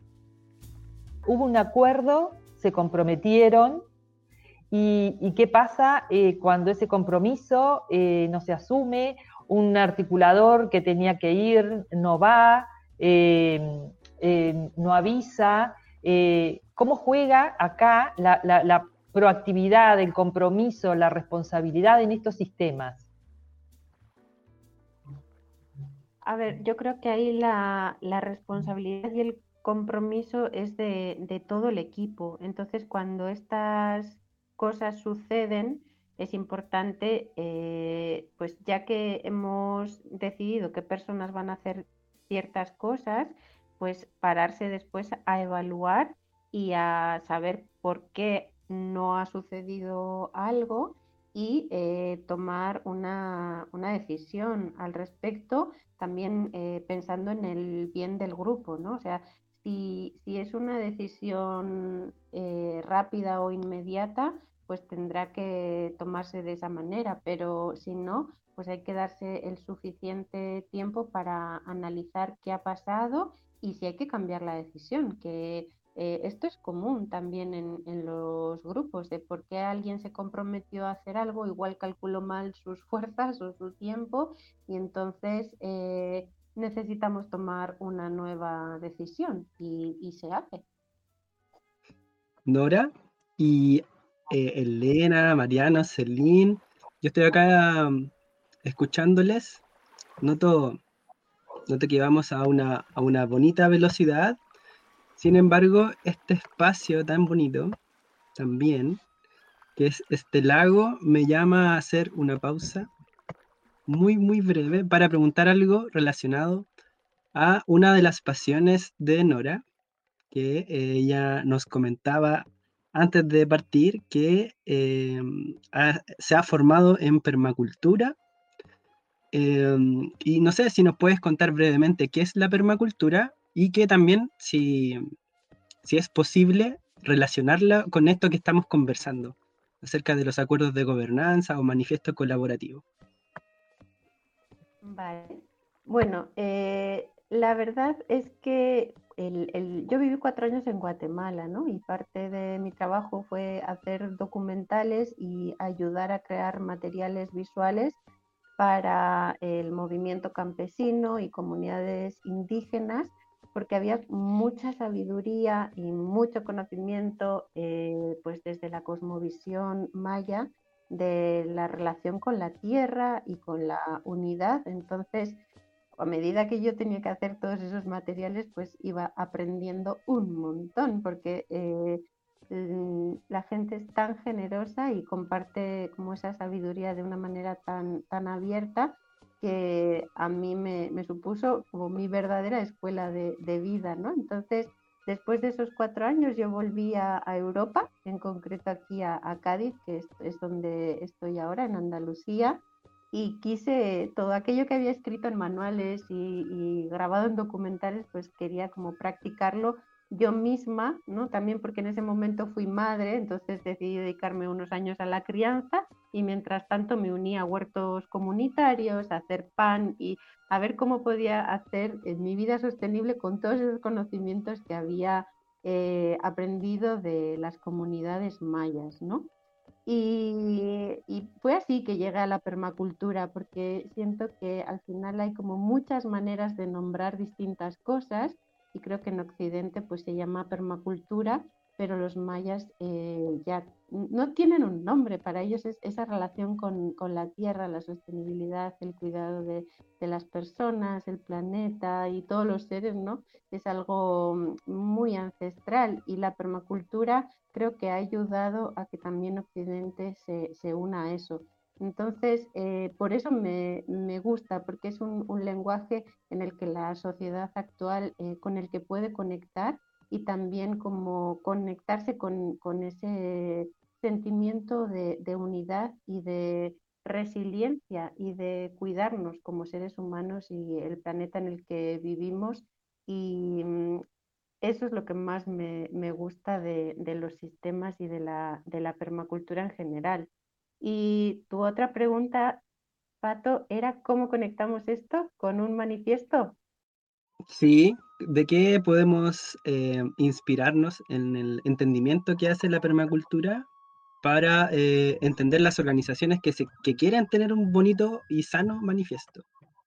Hubo un acuerdo, se comprometieron, y, y qué pasa eh, cuando ese compromiso eh, no se asume, un articulador que tenía que ir no va, eh, eh, no avisa. Eh, ¿Cómo juega acá la, la, la proactividad, el compromiso, la responsabilidad en estos sistemas? A ver, yo creo que ahí la, la responsabilidad y el compromiso es de, de todo el equipo. Entonces, cuando estas cosas suceden, es importante, eh, pues ya que hemos decidido qué personas van a hacer ciertas cosas, pues pararse después a evaluar y a saber por qué no ha sucedido algo y eh, tomar una, una decisión al respecto, también eh, pensando en el bien del grupo, ¿no? O sea, si, si es una decisión eh, rápida o inmediata, pues tendrá que tomarse de esa manera, pero si no, pues hay que darse el suficiente tiempo para analizar qué ha pasado y si hay que cambiar la decisión, que eh, esto es común también en, en los grupos, de por qué alguien se comprometió a hacer algo, igual calculó mal sus fuerzas o su tiempo y entonces eh, necesitamos tomar una nueva decisión y, y se hace. Nora y eh, Elena, Mariano, Celine, yo estoy acá um, escuchándoles, noto, noto que vamos a una, a una bonita velocidad. Sin embargo, este espacio tan bonito, también, que es este lago, me llama a hacer una pausa muy, muy breve para preguntar algo relacionado a una de las pasiones de Nora, que eh, ella nos comentaba antes de partir que eh, ha- se ha formado en permacultura. Eh, y no sé si nos puedes contar brevemente qué es la permacultura y que también si, si es posible relacionarla con esto que estamos conversando acerca de los acuerdos de gobernanza o manifiesto colaborativo. Vale. Bueno, eh, la verdad es que el, el, yo viví cuatro años en Guatemala, ¿no? Y parte de mi trabajo fue hacer documentales y ayudar a crear materiales visuales para el movimiento campesino y comunidades indígenas, porque había mucha sabiduría y mucho conocimiento, eh, pues desde la cosmovisión maya, de la relación con la tierra y con la unidad. Entonces, a medida que yo tenía que hacer todos esos materiales, pues iba aprendiendo un montón, porque eh, la gente es tan generosa y comparte como esa sabiduría de una manera tan, tan abierta que a mí me, me supuso como mi verdadera escuela de, de vida, ¿no? Entonces, Después de esos cuatro años yo volví a, a Europa, en concreto aquí a, a Cádiz, que es, es donde estoy ahora, en Andalucía, y quise todo aquello que había escrito en manuales y, y grabado en documentales, pues quería como practicarlo yo misma, ¿no? También porque en ese momento fui madre, entonces decidí dedicarme unos años a la crianza y mientras tanto me uní a huertos comunitarios, a hacer pan y a ver cómo podía hacer en mi vida sostenible con todos esos conocimientos que había eh, aprendido de las comunidades mayas, ¿no? Y, y fue así que llegué a la permacultura, porque siento que al final hay como muchas maneras de nombrar distintas cosas, y creo que en Occidente pues se llama permacultura, pero los mayas eh, ya no tienen un nombre, para ellos es esa relación con, con la tierra, la sostenibilidad, el cuidado de, de las personas, el planeta y todos los seres, ¿no? Es algo muy ancestral, y la permacultura creo que ha ayudado a que también Occidente se, se una a eso. Entonces, eh, por eso me, me, gusta, porque es un, un, lenguaje en el que la sociedad actual, eh, con el que puede conectar y también como conectarse con, con ese sentimiento de, de unidad y de resiliencia y de cuidarnos como seres humanos y el planeta en el que vivimos. Y eso es lo que más me, me gusta de, de, los sistemas y de la, de la permacultura en general. Y tu otra pregunta, Pato, era cómo conectamos esto con un manifiesto. Sí, ¿de qué podemos eh, inspirarnos en el entendimiento que hace la permacultura para eh, entender las organizaciones que, se, que quieren tener un bonito y sano manifiesto?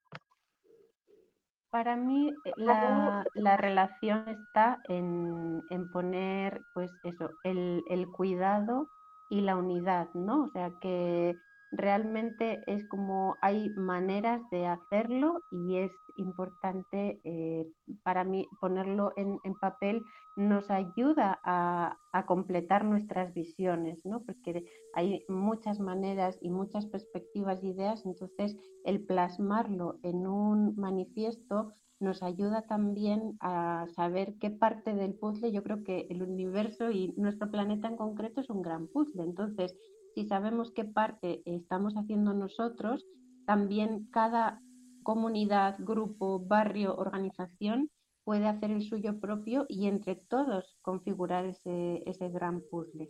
Para mí la, la relación está en, en poner, pues eso, el, el cuidado y la unidad, ¿no? O sea, que realmente es como hay maneras de hacerlo y es importante eh, para mí ponerlo en, en papel nos ayuda a, a completar nuestras visiones, ¿no? Porque hay muchas maneras y muchas perspectivas e ideas, entonces el plasmarlo en un manifiesto nos ayuda también a saber qué parte del puzzle. Yo creo que el universo y nuestro planeta en concreto es un gran puzzle, entonces si sabemos qué parte estamos haciendo nosotros, también cada comunidad, grupo, barrio, organización puede hacer el suyo propio y entre todos configurar ese, ese gran puzzle.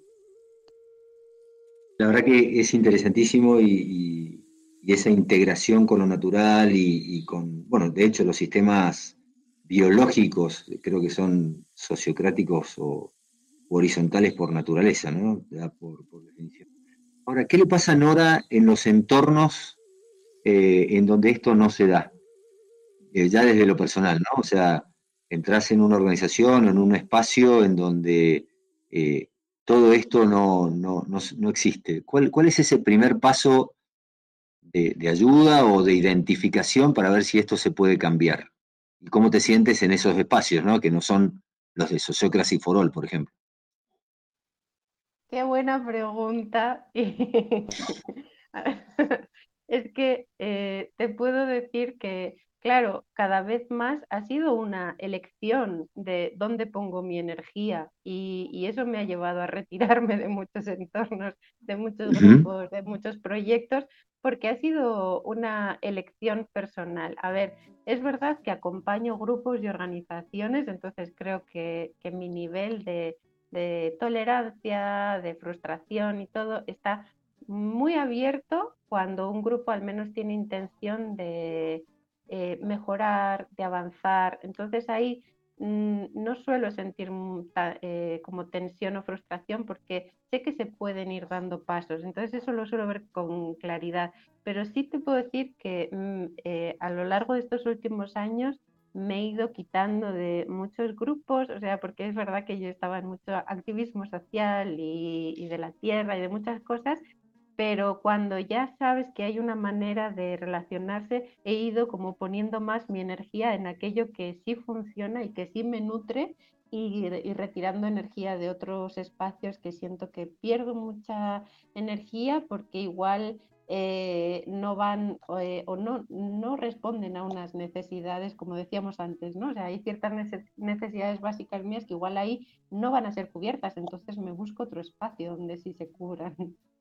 La verdad que es interesantísimo y, y, y esa integración con lo natural y, y con, bueno, de hecho los sistemas biológicos creo que son sociocráticos o, o horizontales por naturaleza, ¿no? Por, por definición. Ahora, ¿qué le pasa a Nora en los entornos eh, en donde esto no se da? Eh, ya desde lo personal, ¿no? O sea, entras en una organización o en un espacio en donde eh, todo esto no, no, no, no existe. ¿Cuál, ¿Cuál es ese primer paso de, de ayuda o de identificación para ver si esto se puede cambiar? ¿Y cómo te sientes en esos espacios, ¿no? Que no son los de Sociocracy for All, por ejemplo? Qué buena pregunta. Es que eh, te puedo decir que, claro, cada vez más ha sido una elección de dónde pongo mi energía y, y eso me ha llevado a retirarme de muchos entornos, de muchos Uh-huh. grupos, de muchos proyectos, porque ha sido una elección personal. A ver, es verdad que acompaño grupos y organizaciones, entonces creo que, que mi nivel de de tolerancia, de frustración y todo, está muy abierto cuando un grupo al menos tiene intención de eh, mejorar, de avanzar. Entonces ahí mmm, no suelo sentir eh, como tensión o frustración porque sé que se pueden ir dando pasos. Entonces eso lo suelo ver con claridad. Pero sí te puedo decir que mmm, eh, a lo largo de estos últimos años me he ido quitando de muchos grupos, o sea, porque es verdad que yo estaba en mucho activismo social y, y de la tierra y de muchas cosas, pero cuando ya sabes que hay una manera de relacionarse, he ido como poniendo más mi energía en aquello que sí funciona y que sí me nutre y, y retirando energía de otros espacios que siento que pierdo mucha energía porque igual eh, no van eh, o no, no responden a unas necesidades, como decíamos antes, ¿no? O sea, hay ciertas necesidades básicas mías que igual ahí no van a ser cubiertas, entonces me busco otro espacio donde sí se cubran.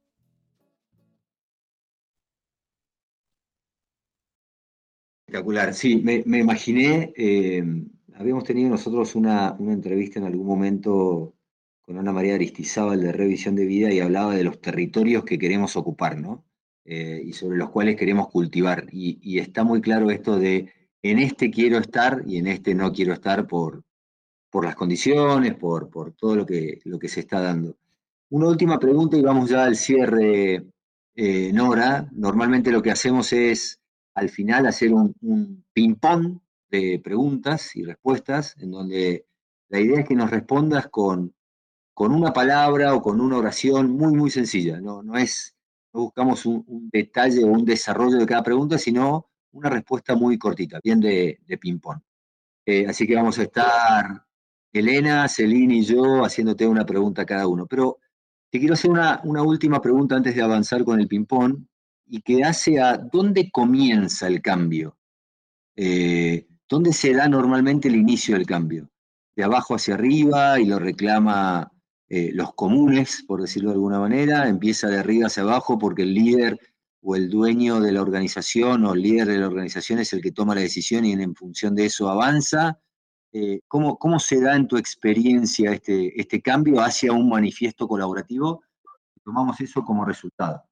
Espectacular, sí, me, me imaginé, eh, habíamos tenido nosotros una, una entrevista en algún momento con Ana María Aristizábal de Revisión de Vida y hablaba de los territorios que queremos ocupar, ¿no? Eh, y sobre los cuales queremos cultivar. Y, y está muy claro esto de en este quiero estar y en este no quiero estar por, por las condiciones, por, por todo lo que, lo que se está dando. Una última pregunta y vamos ya al cierre, eh, Nora. Normalmente lo que hacemos es al final hacer un, un ping-pong de preguntas y respuestas, en donde la idea es que nos respondas con, con una palabra o con una oración muy, muy sencilla. No, no es, no buscamos un, un detalle o un desarrollo de cada pregunta, sino una respuesta muy cortita, bien de, de ping-pong. Eh, así que vamos a estar Elena, Celine y yo haciéndote una pregunta a cada uno. Pero te quiero hacer una, una última pregunta antes de avanzar con el ping-pong y que hace a dónde comienza el cambio. Eh, ¿Dónde se da normalmente el inicio del cambio? ¿De abajo hacia arriba y lo reclama eh, los comunes, por decirlo de alguna manera? ¿Empieza de arriba hacia abajo porque el líder o el dueño de la organización o el líder de la organización es el que toma la decisión y en función de eso avanza? Eh, ¿cómo, ¿Cómo se da en tu experiencia este, este cambio hacia un manifiesto colaborativo? Tomamos eso como resultado.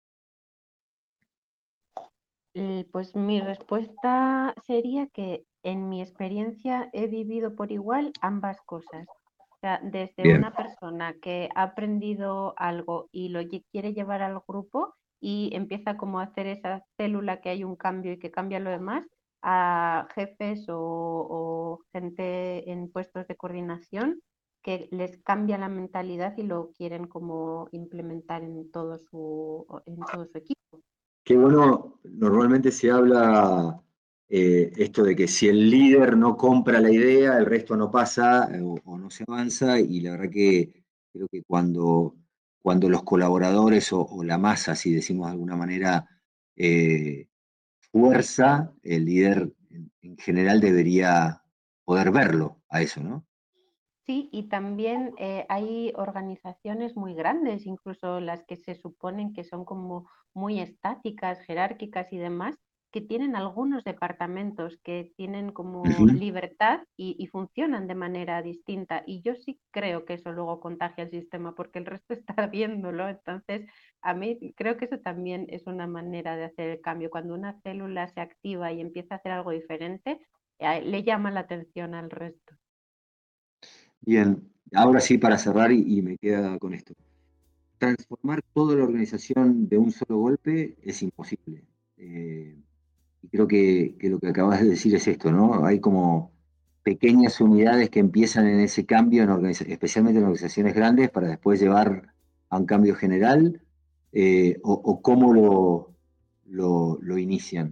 Pues mi respuesta sería que en mi experiencia he vivido por igual ambas cosas. O sea, desde Bien. Una persona que ha aprendido algo y lo quiere llevar al grupo y empieza como a hacer esa célula que hay un cambio y que cambia lo demás, a jefes o, o gente en puestos de coordinación que les cambia la mentalidad y lo quieren como implementar en todo su, en todo su equipo. Qué bueno, normalmente se habla eh, esto de que si el líder no compra la idea, el resto no pasa eh, o, o no se avanza, y la verdad que creo que cuando, cuando los colaboradores o, o la masa, si decimos de alguna manera, eh, fuerza, el líder en, en general debería poder verlo a eso, ¿no? Sí, y también eh, hay organizaciones muy grandes, incluso las que se suponen que son como muy estáticas, jerárquicas y demás, que tienen algunos departamentos que tienen como uh-huh. libertad y, y funcionan de manera distinta. Y yo sí creo que eso luego contagia el sistema porque el resto está viéndolo. Entonces, a mí creo que eso también es una manera de hacer el cambio. Cuando una célula se activa y empieza a hacer algo diferente, eh, le llama la atención al resto. Bien, ahora sí para cerrar y, y me queda con esto. Transformar toda la organización de un solo golpe es imposible. Eh, y creo que, que lo que acabas de decir es esto, ¿no? Hay como pequeñas unidades que empiezan en ese cambio, en especialmente en organizaciones grandes, para después llevar a un cambio general, eh, o, o cómo lo, lo, lo inician.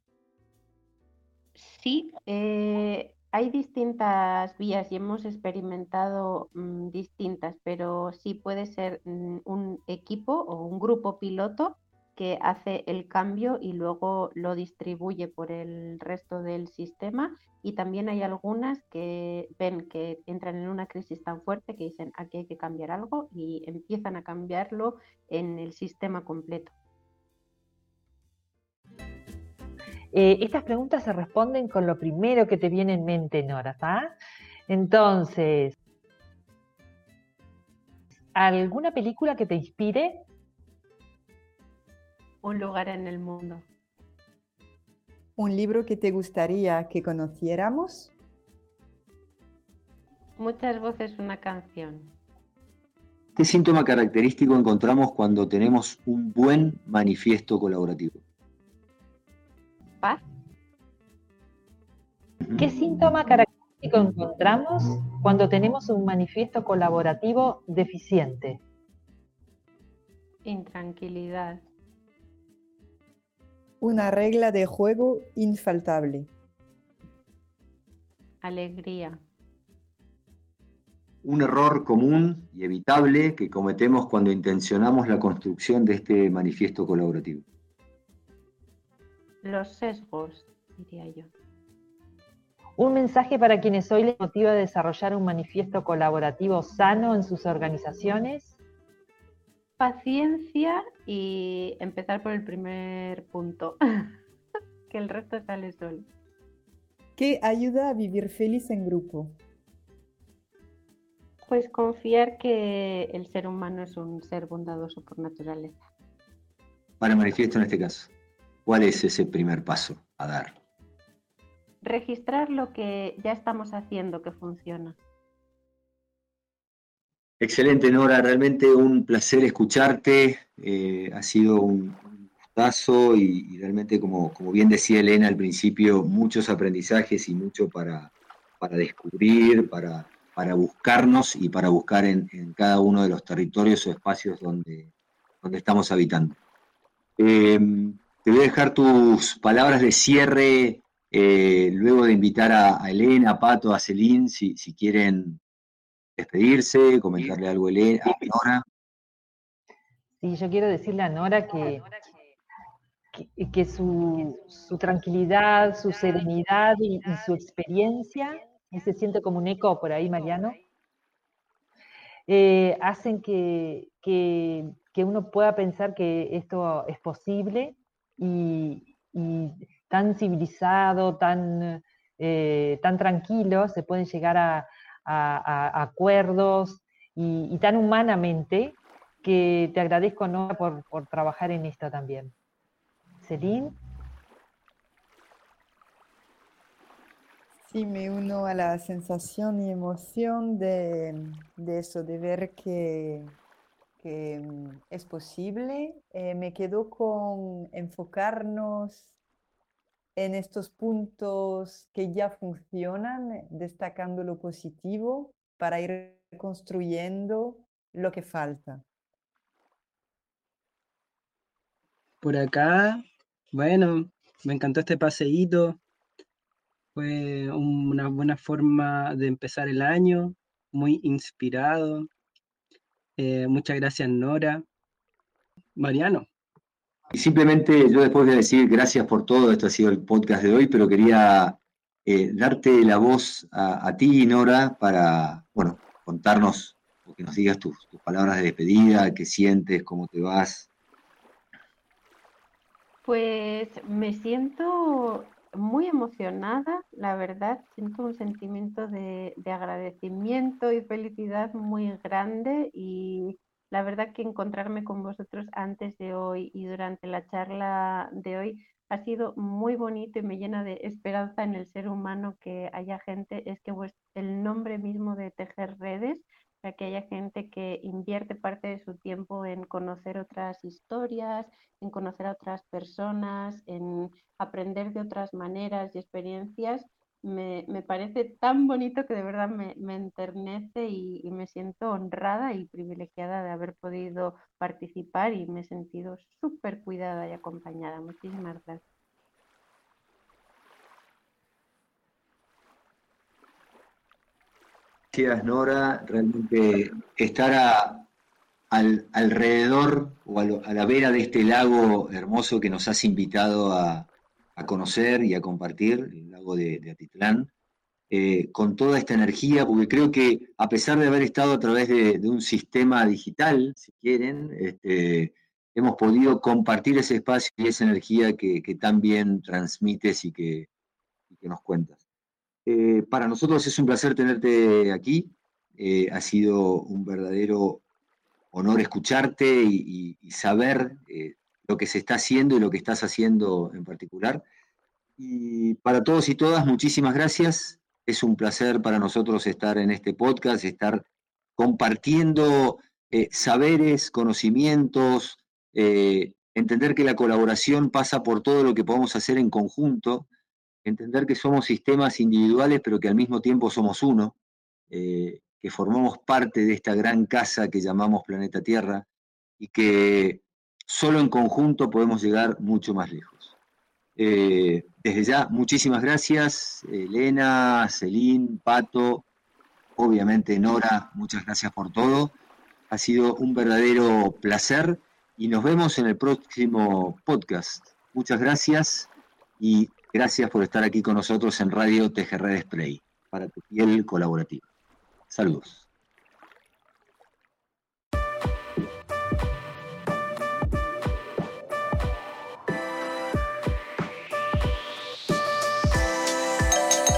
Sí, eh, hay distintas vías y hemos experimentado mmm, distintas, pero sí puede ser mmm, un equipo o un grupo piloto que hace el cambio y luego lo distribuye por el resto del sistema, y también hay algunas que ven que entran en una crisis tan fuerte que dicen aquí hay que cambiar algo y empiezan a cambiarlo en el sistema completo. Eh, estas preguntas se responden con lo primero que te viene en mente, Nora, ¿ah? Entonces, ¿alguna película que te inspire? Un lugar en el mundo. ¿Un libro que te gustaría que conociéramos? Muchas voces, una canción. ¿Qué síntoma característico encontramos cuando tenemos un buen manifiesto colaborativo? Paz. ¿Qué síntoma característico encontramos cuando tenemos un manifiesto colaborativo deficiente? Intranquilidad. Una regla de juego infaltable. Alegría. un error común y evitable que cometemos cuando intencionamos la construcción de este manifiesto colaborativo? Los sesgos, diría yo. Un mensaje para quienes hoy les motiva a desarrollar un manifiesto colaborativo sano en sus organizaciones. Paciencia y empezar por el primer punto, que el resto sale solo. ¿Qué ayuda a vivir feliz en grupo? Pues confiar que el ser humano es un ser bondadoso por naturaleza. Para el manifiesto en este caso, ¿cuál es ese primer paso a dar? Registrar lo que ya estamos haciendo que funciona. Excelente, Nora, realmente un placer escucharte, eh, ha sido un, un gustazo y, y realmente, como, como bien decía Elena al principio, muchos aprendizajes y mucho para, para descubrir, para, para buscarnos y para buscar en, en cada uno de los territorios o espacios donde, donde estamos habitando. Eh, te voy a dejar tus palabras de cierre, eh, luego de invitar a, a Elena, a Pato, a Celine, si, si quieren despedirse, comentarle algo a Elena, a Nora. Sí, yo quiero decirle a Nora que, que, que su, su tranquilidad, su serenidad y, y su experiencia, y se siente como un eco por ahí, Mariano, eh, hacen que, que, que uno pueda pensar que esto es posible y, y tan civilizado, tan, eh, tan tranquilo, se pueden llegar a, a, a acuerdos y, y tan humanamente, que te agradezco, Nora, por, por trabajar en esto también. Celine. Sí, me uno a la sensación y emoción de, de eso, de ver que, que mm, es posible. Eh, me quedo con enfocarnos en estos puntos que ya funcionan, eh, destacando lo positivo para ir construyendo lo que falta. Por acá, bueno, me encantó este paseíto. Fue una buena forma de empezar el año, muy inspirado. Eh, muchas gracias, Nora. Mariano. Y simplemente yo después voy a decir gracias por todo, esto ha sido el podcast de hoy, pero quería eh, darte la voz a, a ti, Nora, para, bueno, contarnos, o que nos digas tus, tus palabras de despedida, qué sientes, cómo te vas. Pues me siento muy emocionada, la verdad, siento un sentimiento de, de agradecimiento y felicidad muy grande, y la verdad que encontrarme con vosotros antes de hoy y durante la charla de hoy ha sido muy bonito y me llena de esperanza en el ser humano que haya gente, es que vues- el nombre mismo de Tejer Redes, para que haya gente que invierte parte de su tiempo en conocer otras historias, en conocer a otras personas, en aprender de otras maneras y experiencias, me, me parece tan bonito que de verdad me, me enternece y, y me siento honrada y privilegiada de haber podido participar, y me he sentido súper cuidada y acompañada. Muchísimas gracias. Gracias, Nora, realmente estar a, al, alrededor o a, lo, a la vera de este lago hermoso que nos has invitado a, a conocer y a compartir, el lago de, de Atitlán, eh, con toda esta energía, porque creo que a pesar de haber estado a través de, de un sistema digital, si quieren, este, hemos podido compartir ese espacio y esa energía que, que tan bien transmites y que, y que nos cuentas. Eh, para nosotros es un placer tenerte aquí, eh, ha sido un verdadero honor escucharte y, y, y saber eh, lo que se está haciendo y lo que estás haciendo en particular. Y para todos y todas, muchísimas gracias. Es un placer para nosotros estar en este podcast, estar compartiendo eh, saberes, conocimientos, eh, entender que la colaboración pasa por todo lo que podemos hacer en conjunto, entender que somos sistemas individuales, pero que al mismo tiempo somos uno, eh, que formamos parte de esta gran casa que llamamos planeta Tierra y que solo en conjunto podemos llegar mucho más lejos. Eh, desde ya, muchísimas gracias, Elena, Celine, Pato, obviamente Nora, muchas gracias por todo. Ha sido un verdadero placer y nos vemos en el próximo podcast. Muchas gracias y gracias por estar aquí con nosotros en Radio T G R Display, para tu piel colaborativa. Saludos.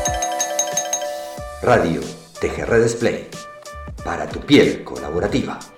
Radio T G R Display, para tu piel colaborativa.